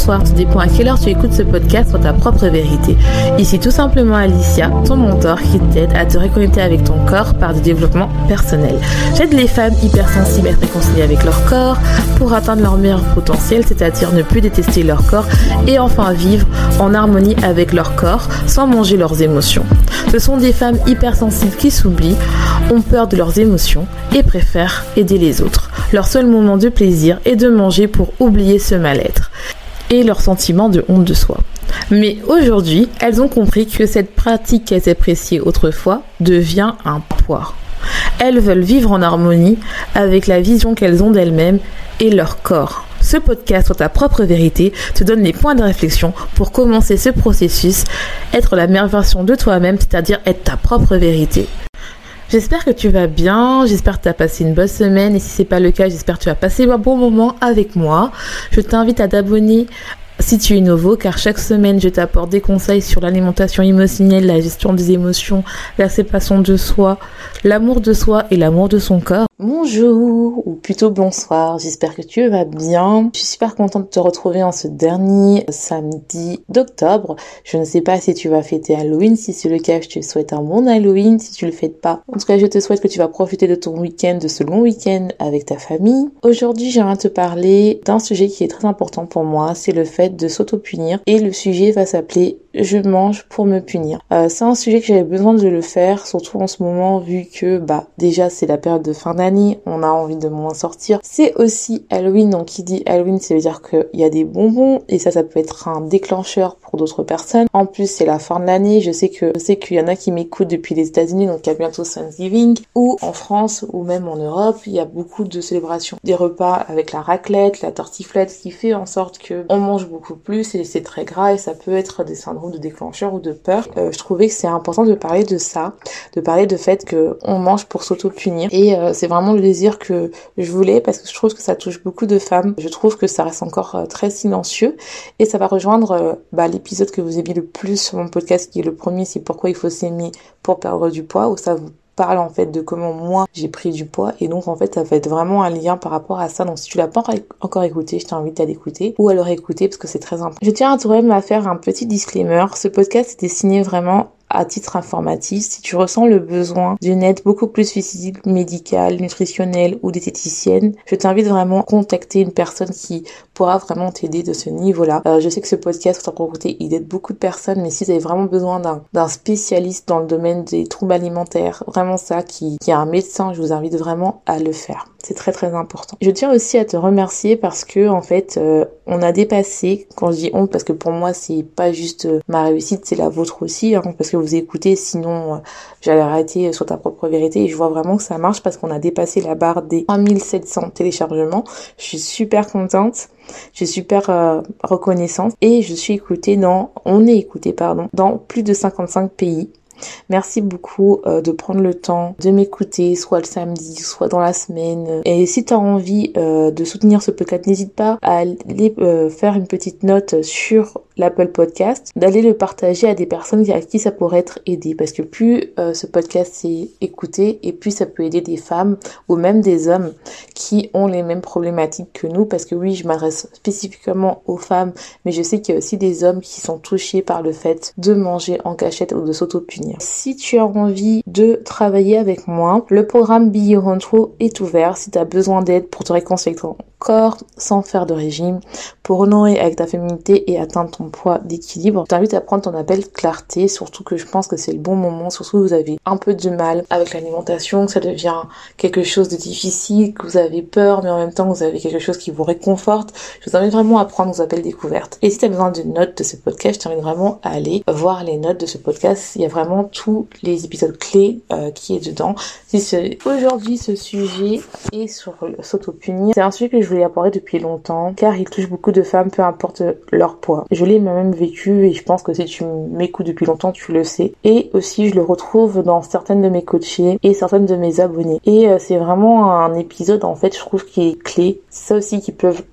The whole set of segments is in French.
bonsoir, tout dépend à quelle heure tu écoutes ce podcast sur ta propre vérité. Ici tout simplement Alicia, ton mentor qui t'aide à te reconnecter avec ton corps par du développement personnel. J'aide les femmes hypersensibles à être réconciliées avec leur corps pour atteindre leur meilleur potentiel, c'est-à-dire ne plus détester leur corps et enfin vivre en harmonie avec leur corps sans manger leurs émotions. Ce sont des femmes hypersensibles qui s'oublient, ont peur de leurs émotions et préfèrent aider les autres. Leur seul moment de plaisir est de manger pour oublier ce mal-être et leur sentiment de honte de soi. Mais aujourd'hui, elles ont compris que cette pratique qu'elles appréciaient autrefois devient un poids. Elles veulent vivre en harmonie avec la vision qu'elles ont d'elles-mêmes et leur corps. Ce podcast sur ta propre vérité te donne les points de réflexion pour commencer ce processus, être la meilleure version de toi-même, c'est-à-dire être ta propre vérité. J'espère que tu vas bien, j'espère que tu as passé une bonne semaine et si c'est pas le cas, j'espère que tu vas passer un bon moment avec moi. Je t'invite à t'abonner si tu es nouveau car chaque semaine je t'apporte des conseils sur l'alimentation émotionnelle, la gestion des émotions, l'acceptation de soi, l'amour de soi et l'amour de son corps. Bonjour ou plutôt bonsoir, j'espère que tu vas bien. Je suis super contente de te retrouver en ce dernier samedi d'octobre. Je ne sais pas si tu vas fêter Halloween, si c'est le cas je te souhaite un bon Halloween, si tu le fêtes pas. En tout cas je te souhaite que tu vas profiter de ton week-end, de ce long week-end avec ta famille. Aujourd'hui j'aimerais te parler d'un sujet qui est très important pour moi, c'est le fait de s'auto-punir et le sujet va s'appeler je mange pour me punir. C'est un sujet que j'avais besoin de le faire, surtout en ce moment vu que déjà c'est la période de fin d'année, on a envie de moins sortir. C'est aussi Halloween, donc qui dit Halloween ça veut dire qu'il y a des bonbons et ça peut être un déclencheur pour d'autres personnes. En plus c'est la fin de l'année, je sais qu'il y en a qui m'écoutent depuis les États-Unis, donc il y a bientôt Thanksgiving, ou en France ou même en Europe, il y a beaucoup de célébrations. Des repas avec la raclette, la tartiflette, ce qui fait en sorte que on mange beaucoup plus et c'est très gras et ça peut être des syndromes de déclencheur ou de peur. Je trouvais que c'est important de parler de ça, de parler de fait que on mange pour s'auto-punir et c'est vraiment le désir que je voulais parce que je trouve que ça touche beaucoup de femmes. Je trouve que ça reste encore très silencieux et ça va rejoindre l'épisode que vous aimez le plus sur mon podcast qui est le premier, c'est pourquoi il faut s'aimer pour perdre du poids, où ça vous parle en fait de comment moi j'ai pris du poids et donc en fait ça va être vraiment un lien par rapport à ça. Donc si tu l'as pas encore écouté, je t'invite à l'écouter ou à le réécouter parce que c'est très important. Je tiens tout de même à faire un petit disclaimer. Ce podcast est destiné vraiment à titre informatif. Si tu ressens le besoin d'une aide beaucoup plus physique, médicale, nutritionnelle ou diététicienne, je t'invite vraiment à contacter une personne qui pourra vraiment t'aider de ce niveau-là. Je sais que ce podcast, sur ta propriété, il aide beaucoup de personnes, mais si vous avez vraiment besoin d'un spécialiste dans le domaine des troubles alimentaires, vraiment ça, qui est un médecin, je vous invite vraiment à le faire. C'est très très important. Je tiens aussi à te remercier parce que en fait on a dépassé, quand je dis honte parce que pour moi c'est pas juste ma réussite, c'est la vôtre aussi parce que vous écoutez, sinon j'allais arrêter sur ta propre vérité et je vois vraiment que ça marche parce qu'on a dépassé la barre des 3700 téléchargements. Je suis super contente. Je suis super reconnaissante et je suis écoutée dans plus de 55 pays. Merci beaucoup de prendre le temps de m'écouter, soit le samedi, soit dans la semaine. Et si tu as envie de soutenir ce podcast, n'hésite pas à aller faire une petite note sur l'Apple Podcast, d'aller le partager à des personnes à qui ça pourrait être aidé. Parce que plus ce podcast est écouté et plus ça peut aider des femmes ou même des hommes qui ont les mêmes problématiques que nous. Parce que oui, je m'adresse spécifiquement aux femmes, mais je sais qu'il y a aussi des hommes qui sont touchés par le fait de manger en cachette ou de s'auto-punir. Si tu as envie de travailler avec moi, le programme Be Your Own True est ouvert. Si tu as besoin d'aide pour te réconcilier avec ton corps sans faire de régime, pour honorer avec ta féminité et atteindre ton poids d'équilibre, je t'invite à prendre ton appel clarté, surtout que je pense que c'est le bon moment, surtout que vous avez un peu de mal avec l'alimentation, que ça devient quelque chose de difficile, que vous avez peur, mais en même temps vous avez quelque chose qui vous réconforte. Je vous invite vraiment à prendre vos appels découvertes. Et si tu as besoin de notes de ce podcast, je t'invite vraiment à aller voir les notes de ce podcast. Il y a vraiment tous les épisodes clés qui est dedans. Aujourd'hui, ce sujet est sur s'auto-punir. C'est un sujet que je voulais aborder depuis longtemps, car il touche beaucoup de femmes, peu importe leur poids. Je l'ai moi-même vécu et je pense que si tu m'écoutes depuis longtemps, tu le sais. Et aussi, je le retrouve dans certaines de mes coachées et certaines de mes abonnés. Et c'est vraiment un épisode, en fait, je trouve qui est clé. C'est ça aussi qui peut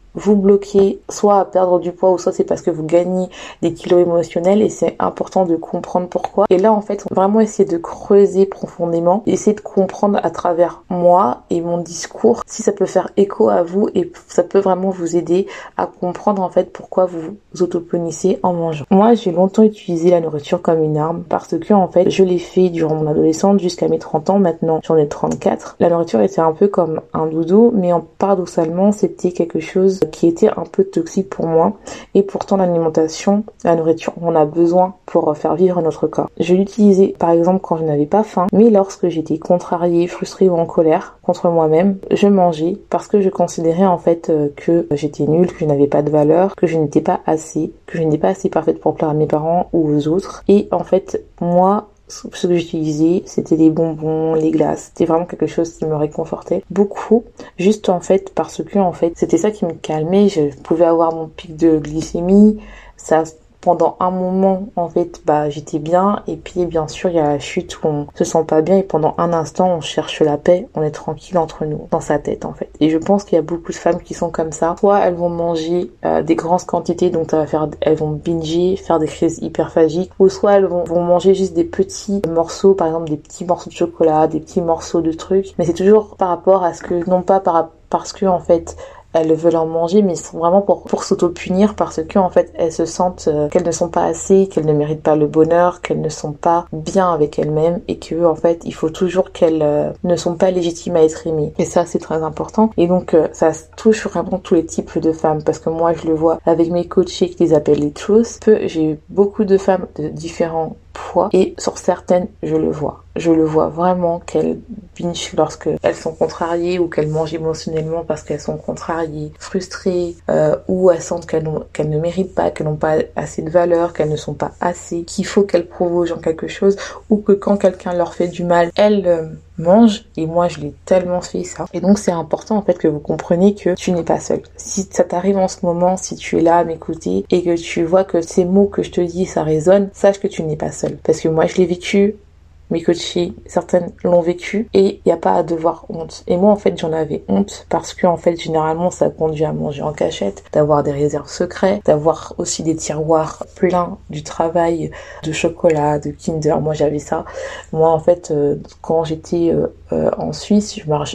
vous bloquez soit à perdre du poids ou soit c'est parce que vous gagnez des kilos émotionnels, et c'est important de comprendre pourquoi. Et là en fait, on va vraiment essayer de creuser profondément, essayer de comprendre à travers moi et mon discours si ça peut faire écho à vous, et ça peut vraiment vous aider à comprendre en fait pourquoi vous vous autopunissez en mangeant. Moi j'ai longtemps utilisé la nourriture comme une arme parce que en fait je l'ai fait durant mon adolescence jusqu'à mes 30 ans. Maintenant j'en ai 34. La nourriture était un peu comme un doudou, mais paradoxalement c'était quelque chose qui était un peu toxique pour moi, et pourtant l'alimentation, la nourriture, on a besoin pour faire vivre notre corps. Je l'utilisais par exemple quand je n'avais pas faim, mais lorsque j'étais contrariée, frustrée ou en colère contre moi-même, je mangeais parce que je considérais en fait que j'étais nulle, que je n'avais pas de valeur, que je n'étais pas assez, que je n'étais pas assez parfaite pour plaire à mes parents ou aux autres. Et en fait, moi, ce que j'utilisais, c'était les bonbons, les glaces. C'était vraiment quelque chose qui me réconfortait beaucoup. Juste en fait, parce que en fait, c'était ça qui me calmait. Je pouvais avoir mon pic de glycémie. Ça, pendant un moment, en fait, j'étais bien. Et puis, bien sûr, il y a la chute où on se sent pas bien. Et pendant un instant, on cherche la paix. On est tranquille entre nous, dans sa tête, en fait. Et je pense qu'il y a beaucoup de femmes qui sont comme ça. Soit elles vont manger des grandes quantités, donc elles vont binger, faire des crises hyperphagiques. Ou soit elles vont manger juste des petits morceaux, par exemple des petits morceaux de chocolat, des petits morceaux de trucs. Mais c'est toujours par rapport à ce que, non pas parce que, en fait, elles veulent en manger, mais c'est vraiment pour s'auto-punir parce que en fait elles se sentent qu'elles ne sont pas assez, qu'elles ne méritent pas le bonheur, qu'elles ne sont pas bien avec elles-mêmes, et que en fait il faut toujours qu'elles ne sont pas légitimes à être aimées. Et ça c'est très important. Et donc ça touche vraiment tous les types de femmes, parce que moi je le vois avec mes coachés qui les appellent les truths. J'ai eu beaucoup de femmes de différents poids, et sur certaines je le vois vraiment qu'elles binge lorsque elles sont contrariées, ou qu'elles mangent émotionnellement parce qu'elles sont contrariées, frustrées, ou elles sentent qu'elles ne méritent pas, qu'elles n'ont pas assez de valeur, qu'elles ne sont pas assez, qu'il faut qu'elles prouvent aux gens quelque chose, ou que quand quelqu'un leur fait du mal, elles mangent. Et moi je l'ai tellement fait ça. Et donc c'est important en fait que vous compreniez que tu n'es pas seule. Si ça t'arrive en ce moment, si tu es là à m'écouter et que tu vois que ces mots que je te dis ça résonne, sache que tu n'es pas seule. Parce que moi je l'ai vécu, mes coachées, certaines l'ont vécu, et il n'y a pas à devoir honte. Et moi en fait j'en avais honte parce que en fait généralement ça conduit à manger en cachette, d'avoir des réserves secrètes, d'avoir aussi des tiroirs pleins du travail de chocolat, de Kinder. Moi j'avais ça. Moi en fait quand j'étais en Suisse,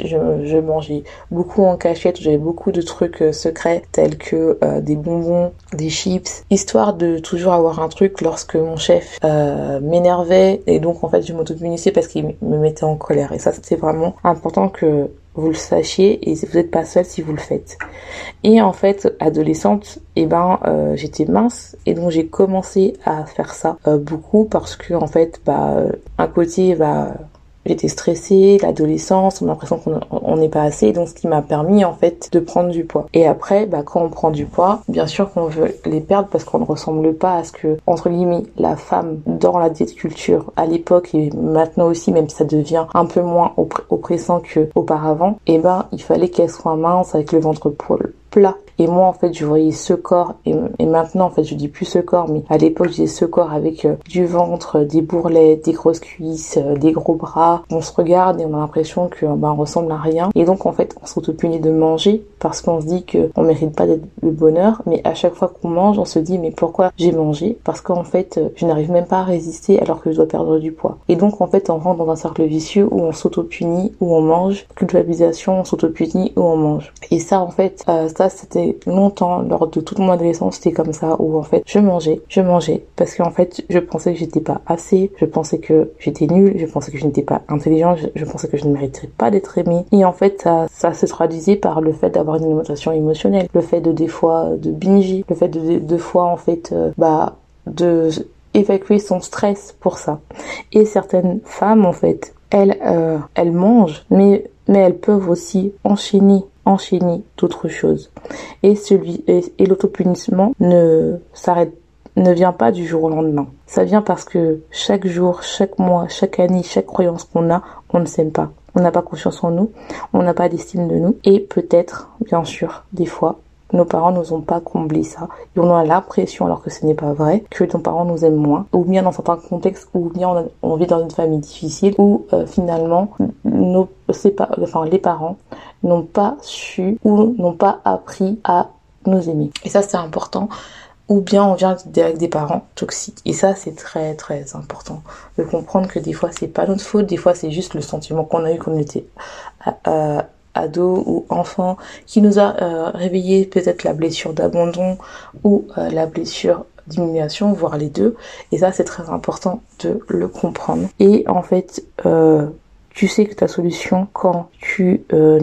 je mangeais beaucoup en cachette. J'avais beaucoup de trucs secrets tels que des bonbons, des chips, histoire de toujours avoir un truc lorsque mon chef m'énervait, et donc en fait je m'auto-punissais parce qu'il me mettait en colère. Et ça c'est vraiment important que vous le sachiez, et vous n'êtes pas seul si vous le faites. Et en fait, adolescente, j'étais mince, et donc j'ai commencé à faire ça beaucoup parce que en fait, un côté, j'étais stressée, l'adolescence, on a l'impression qu'on n'est pas assez, donc ce qui m'a permis en fait de prendre du poids. Et après, quand on prend du poids, bien sûr qu'on veut les perdre parce qu'on ne ressemble pas à ce que, entre guillemets, la femme dans la diète culture à l'époque, et maintenant aussi, même si ça devient un peu moins oppressant qu'auparavant, il fallait qu'elle soit mince avec le ventre plat. Et moi en fait je voyais ce corps, et maintenant en fait je dis plus ce corps, mais à l'époque je disais ce corps avec du ventre, des bourrelettes, des grosses cuisses, des gros bras. On se regarde et on a l'impression que on ressemble à rien, et donc en fait on s'auto-punit de manger parce qu'on se dit que on mérite pas d'être le bonheur. Mais à chaque fois qu'on mange on se dit mais pourquoi j'ai mangé, parce qu'en fait je n'arrive même pas à résister alors que je dois perdre du poids. Et donc en fait on rentre dans un cercle vicieux où on s'auto-punit, où on mange, culpabilisation, on s'auto-punit, où on mange. Et ça en fait ça c'était longtemps, lors de toute mon adolescence, c'était comme ça, où en fait je mangeais parce qu'en fait je pensais que j'étais pas assez, je pensais que j'étais nulle, je pensais que je n'étais pas intelligente, je pensais que je ne mériterais pas d'être aimée. Et en fait ça se traduisait par le fait d'avoir une alimentation émotionnelle, le fait des fois de binger, le fait de fois en fait de évacuer son stress pour ça. Et certaines femmes en fait elles mangent, mais elles peuvent aussi enchaîner d'autres choses. Et l'autopunissement ne vient pas du jour au lendemain. Ça vient parce que chaque jour, chaque mois, chaque année, chaque croyance qu'on a, on ne s'aime pas. On n'a pas confiance en nous, on n'a pas d'estime de nous, et peut-être, bien sûr, des fois, nos parents nous ont pas comblé ça, et on a l'impression, alors que ce n'est pas vrai, que nos parents nous aiment moins, ou bien dans certains contextes, ou bien on vit dans une famille difficile, où finalement les parents n'ont pas su ou n'ont pas appris à nous aimer. Et ça, c'est important. Ou bien on vient avec des parents toxiques. Et ça, c'est très très important de comprendre que des fois, c'est pas notre faute. Des fois, c'est juste le sentiment qu'on a eu quand on était ado ou enfant qui nous a réveillé peut-être la blessure d'abandon ou la blessure d'humiliation, voire les deux. Et ça, c'est très important de le comprendre. Et en fait, tu sais que ta solution quand tu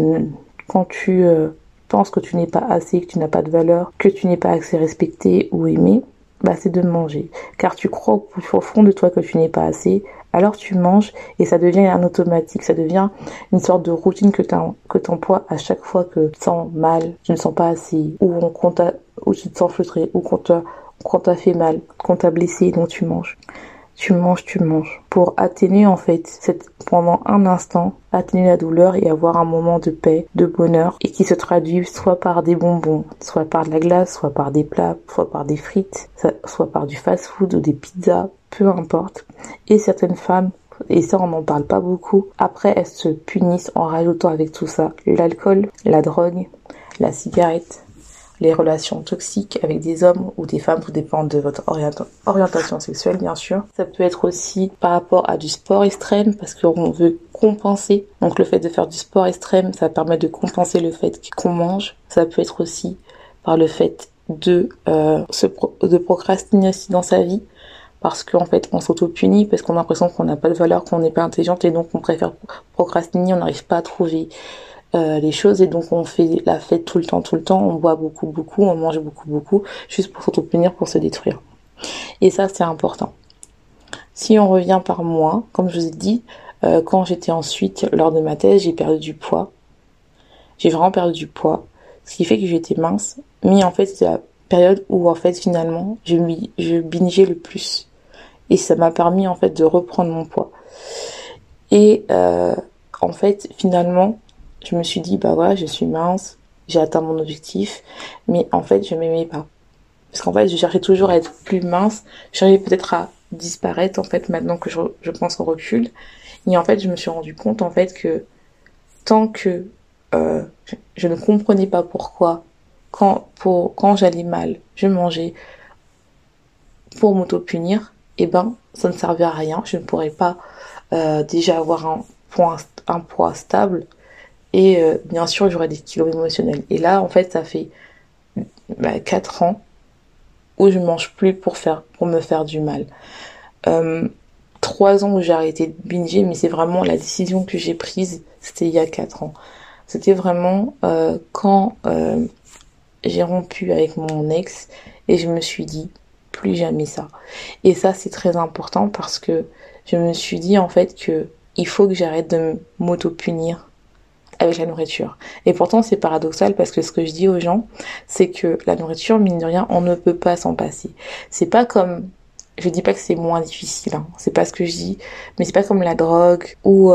penses que tu n'es pas assez, que tu n'as pas de valeur, que tu n'es pas assez respecté ou aimé, c'est de manger. Car tu crois au fond de toi que tu n'es pas assez, alors tu manges et ça devient un automatique, ça devient une sorte de routine que t'emploies à chaque fois que tu te sens mal, tu ne sens pas assez, ou tu te sens frustré, ou qu'on t'a fait mal, qu'on t'a blessé, donc tu manges. Tu manges. Pour atténuer en fait, pendant un instant, atténuer la douleur et avoir un moment de paix, de bonheur, et qui se traduit soit par des bonbons, soit par de la glace, soit par des plats, soit par des frites, soit par du fast-food ou des pizzas, peu importe. Et certaines femmes, et ça on n'en parle pas beaucoup, après elles se punissent en rajoutant avec tout ça l'alcool, la drogue, la cigarette, les relations toxiques avec des hommes ou des femmes, tout dépend de votre orientation sexuelle, bien sûr. Ça peut être aussi par rapport à du sport extrême, parce qu'on veut compenser. Donc le fait de faire du sport extrême, ça permet de compenser le fait qu'on mange. Ça peut être aussi par le fait de procrastiner aussi dans sa vie, parce qu'en fait on s'auto-punit, parce qu'on a l'impression qu'on n'a pas de valeur, qu'on n'est pas intelligente, et donc on préfère procrastiner, on n'arrive pas à trouver les choses, et donc on fait la fête tout le temps, on boit beaucoup, on mange beaucoup, juste pour s'auto-punir, pour se détruire. Et ça, c'est important. Si on revient par moi, comme je vous ai dit, quand j'étais ensuite, lors de ma thèse, j'ai perdu du poids. J'ai vraiment perdu du poids, ce qui fait que j'étais mince, mais en fait, c'est la période où, en fait, finalement, je bingeais le plus. Et ça m'a permis, en fait, de reprendre mon poids. Et, en fait, finalement, je me suis dit, voilà, je suis mince, j'ai atteint mon objectif, mais en fait, je m'aimais pas. Parce qu'en fait, je cherchais toujours à être plus mince, je cherchais peut-être à disparaître, en fait, maintenant que je pense au recul. Et en fait, je me suis rendu compte, en fait, que tant que je ne comprenais pas pourquoi, quand j'allais mal, je mangeais pour m'auto-punir, ça ne servait à rien. Je ne pourrais pas déjà avoir un poids stable. Et bien sûr, j'aurais des kilos émotionnels. Et là, en fait, ça fait 4 ans où je mange plus pour me faire du mal. 3 ans où j'ai arrêté de binger, mais c'est vraiment la décision que j'ai prise, c'était il y a 4 ans. C'était vraiment quand j'ai rompu avec mon ex et je me suis dit, plus jamais ça. Et ça, c'est très important parce que je me suis dit en fait que il faut que j'arrête de m'auto-punir avec la nourriture. Et pourtant, c'est paradoxal parce que ce que je dis aux gens, c'est que la nourriture, mine de rien, on ne peut pas s'en passer. C'est pas comme, je dis pas que c'est moins difficile, hein, c'est pas ce que je dis, mais c'est pas comme la drogue ou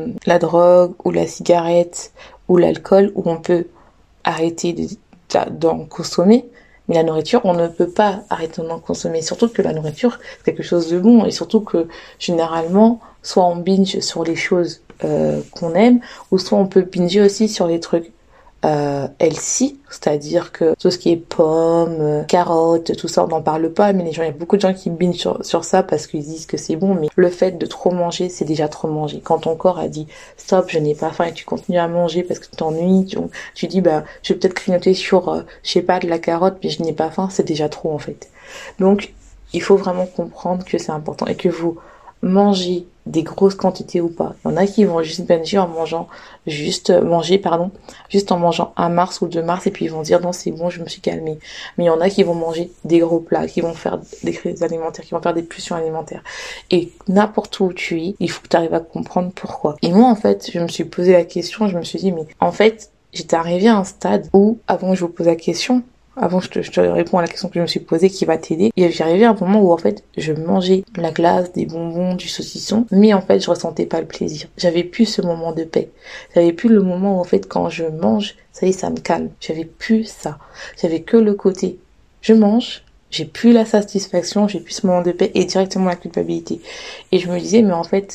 la cigarette ou l'alcool où on peut arrêter d'en consommer. Mais la nourriture, on ne peut pas arrêter d'en consommer. Surtout que la nourriture, c'est quelque chose de bon. Et surtout que, généralement, soit on binge sur les choses qu'on aime, ou soit on peut binger aussi sur les trucs healthy, c'est-à-dire que tout ce qui est pommes, carottes, tout ça, on n'en parle pas, mais il y a beaucoup de gens qui bingent sur ça parce qu'ils disent que c'est bon, mais le fait de trop manger, c'est déjà trop manger. Quand ton corps a dit stop, je n'ai pas faim, et tu continues à manger parce que tu t'ennuies, tu dis je vais peut-être grignoter sur de la carotte, mais je n'ai pas faim, c'est déjà trop en fait. Donc il faut vraiment comprendre que c'est important et que vous mangez des grosses quantités ou pas. Il y en a qui vont juste binger en mangeant juste en mangeant 1 Mars ou 2 Mars et puis ils vont dire non, c'est bon, je me suis calmée. Mais il y en a qui vont manger des gros plats, qui vont faire des crises alimentaires, qui vont faire des pulsions alimentaires. Et n'importe où tu es, il faut que tu arrives à comprendre pourquoi. Et moi, en fait, je me suis posé la question, je me suis dit, mais en fait, j'étais arrivée à un stade où, avant que je vous pose la question, avant je te réponds à la question que je me suis posée qui va t'aider, et j'ai arrivé à un moment où en fait je mangeais de la glace, des bonbons, du saucisson, mais en fait je ressentais pas le plaisir. J'avais plus ce moment de paix. J'avais plus le moment où en fait quand je mange, ça y est, ça me calme. J'avais plus ça. J'avais que le côté je mange, j'ai plus la satisfaction, j'ai plus ce moment de paix et directement la culpabilité. Et je me disais mais en fait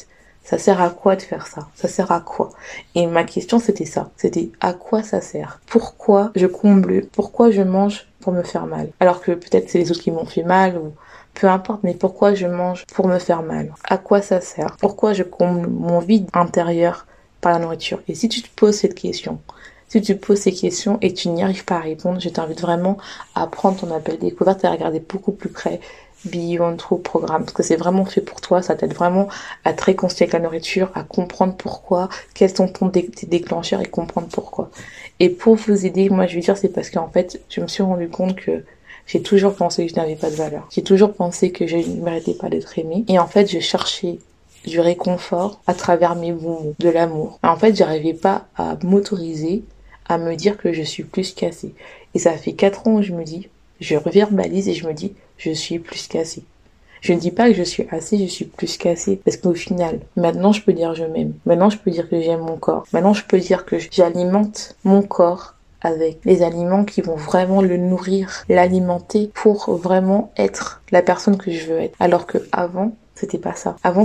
Ça sert à quoi de faire ça? Ça sert à quoi? Et ma question, c'était ça. C'était à quoi ça sert? Pourquoi je comble? Pourquoi je mange pour me faire mal? Alors que peut-être c'est les autres qui m'ont fait mal ou peu importe, mais pourquoi je mange pour me faire mal? À quoi ça sert? Pourquoi je comble mon vide intérieur par la nourriture? Et si tu te poses cette question, si tu te poses ces questions et que tu n'y arrives pas à répondre, je t'invite vraiment à prendre ton appel découverte et à regarder beaucoup plus près Beyond True programme, parce que c'est vraiment fait pour toi. Ça t'aide vraiment à te réconcilier avec la nourriture, à comprendre pourquoi, quels sont tes déclencheurs et comprendre pourquoi. Et pour vous aider, moi je vais dire, c'est parce qu'en fait, je me suis rendu compte que j'ai toujours pensé que je n'avais pas de valeur. J'ai toujours pensé que je ne méritais pas d'être aimée. Et en fait, je cherchais du réconfort à travers mes bons mots, de l'amour. En fait, j'arrivais pas à m'autoriser à me dire que je suis plus qu'assez. Et ça fait 4 ans où je me dis, je reverbalise et je me dis, je suis plus qu'assez. Je ne dis pas que je suis assez, je suis plus qu'assez. Parce qu'au final, maintenant je peux dire je m'aime. Maintenant je peux dire que j'aime mon corps. Maintenant je peux dire que j'alimente mon corps avec les aliments qui vont vraiment le nourrir, l'alimenter pour vraiment être la personne que je veux être. Alors que avant, c'était pas ça. Avant,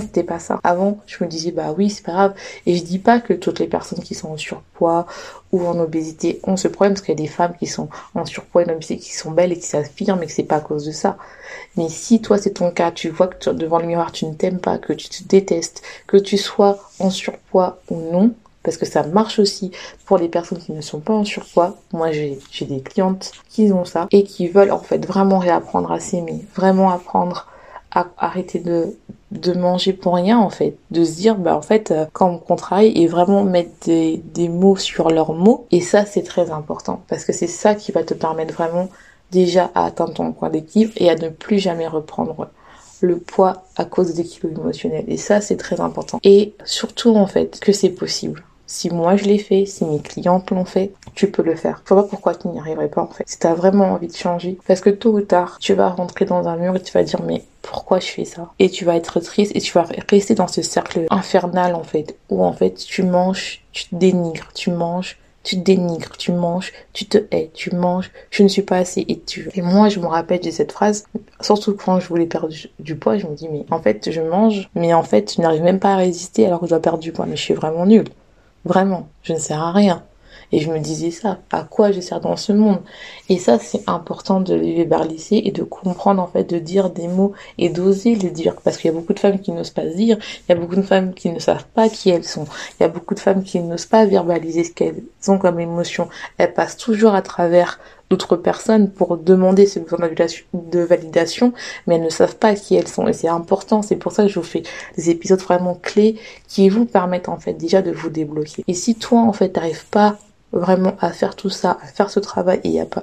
je me disais, bah oui, c'est pas grave. Et je dis pas que toutes les personnes qui sont en surpoids ou en obésité ont ce problème, parce qu'il y a des femmes qui sont en surpoids et en obésité qui sont belles et qui s'affirment et que c'est pas à cause de ça. Mais si toi, c'est ton cas, tu vois que devant le miroir, tu ne t'aimes pas, que tu te détestes, que tu sois en surpoids ou non, parce que ça marche aussi pour les personnes qui ne sont pas en surpoids. Moi, j'ai des clientes qui ont ça et qui veulent en fait vraiment réapprendre à s'aimer, vraiment apprendre à arrêter de manger pour rien en fait, de se dire bah en fait quand on travaille et vraiment mettre des mots sur leurs mots. Et ça c'est très important parce que c'est ça qui va te permettre vraiment déjà à atteindre ton point d'équilibre et à ne plus jamais reprendre le poids à cause des kilos émotionnels. Et ça c'est très important. Et surtout en fait que c'est possible. Si moi je l'ai fait, si mes clientes l'ont fait, tu peux le faire. Je vois pas pourquoi tu n'y arriverais pas en fait. Si t'as vraiment envie de changer, parce que tôt ou tard, tu vas rentrer dans un mur et tu vas dire mais pourquoi je fais ça? Et tu vas être triste et tu vas rester dans ce cercle infernal en fait, où en fait tu manges, tu te dénigres, tu manges, tu te dénigres, tu manges, tu te hais, tu manges, je ne suis pas assez et tu. Et moi je me rappelle de cette phrase, surtout quand je voulais perdre du poids, je me dis mais en fait je mange, mais en fait je n'arrive même pas à résister alors que je dois perdre du poids, mais je suis vraiment nulle. Vraiment, je ne sers à rien. Et je me disais ça, à quoi je sers dans ce monde? Et ça, c'est important de les verbaliser et de comprendre, en fait, de dire des mots et d'oser les dire. Parce qu'il y a beaucoup de femmes qui n'osent pas se dire, il y a beaucoup de femmes qui ne savent pas qui elles sont, il y a beaucoup de femmes qui n'osent pas verbaliser ce qu'elles ont comme émotion. Elles passent toujours à travers d'autres personnes pour demander ce besoin de validation, mais elles ne savent pas qui elles sont. Et c'est important, c'est pour ça que je vous fais des épisodes vraiment clés qui vous permettent, en fait, déjà de vous débloquer. Et si toi, en fait, t'arrives pas vraiment à faire tout ça, à faire ce travail et il n'y a pas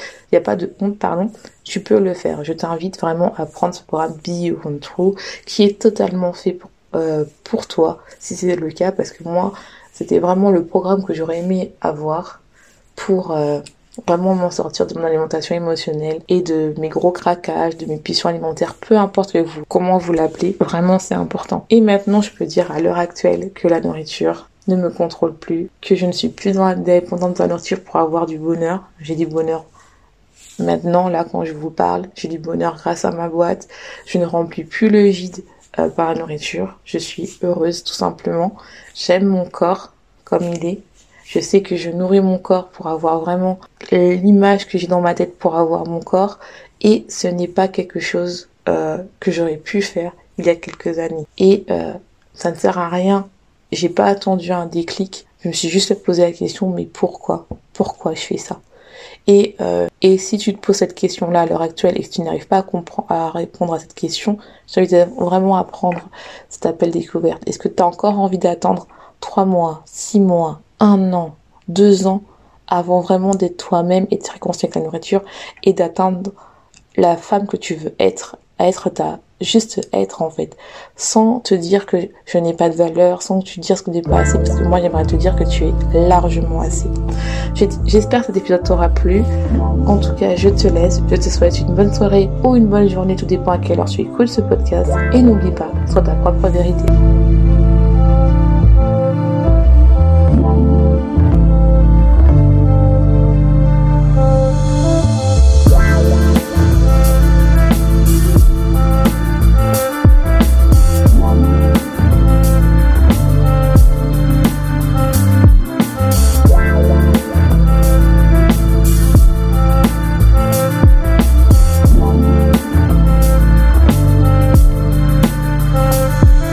de honte, tu peux le faire. Je t'invite vraiment à prendre ce programme Beyond True qui est totalement fait pour toi, si c'est le cas, parce que moi, c'était vraiment le programme que j'aurais aimé avoir pour vraiment m'en sortir de mon alimentation émotionnelle et de mes gros craquages, de mes pulsions alimentaires, peu importe comment vous l'appelez, vraiment c'est important. Et maintenant, je peux dire à l'heure actuelle que la nourriture ne me contrôle plus, que je ne suis plus dépendante de la nourriture pour avoir du bonheur. J'ai du bonheur maintenant, là, quand je vous parle, j'ai du bonheur grâce à ma boîte. Je ne remplis plus le vide par la nourriture. Je suis heureuse, tout simplement. J'aime mon corps comme il est. Je sais que je nourris mon corps pour avoir vraiment l'image que j'ai dans ma tête pour avoir mon corps. Et ce n'est pas quelque chose que j'aurais pu faire il y a quelques années. Et ça ne sert à rien. J'ai pas attendu un déclic. Je me suis juste posé la question, mais pourquoi? Pourquoi je fais ça? Et si tu te poses cette question-là à l'heure actuelle et que tu n'arrives pas à répondre à cette question, je t'invite vraiment à prendre cet appel découverte. Est-ce que tu as encore envie d'attendre 3 mois, 6 mois, 1 an, 2 ans avant vraiment d'être toi-même et de te réconcilier avec la nourriture et d'atteindre la femme que tu veux être, juste être en fait, sans te dire que je n'ai pas de valeur, sans que tu dises que tu n'es pas assez, parce que moi j'aimerais te dire que tu es largement assez. J'espère que cet épisode t'aura plu. En tout cas, je te laisse, je te souhaite une bonne soirée ou une bonne journée, tout dépend à quelle heure tu écoutes ce podcast, et n'oublie pas, sois ta propre vérité.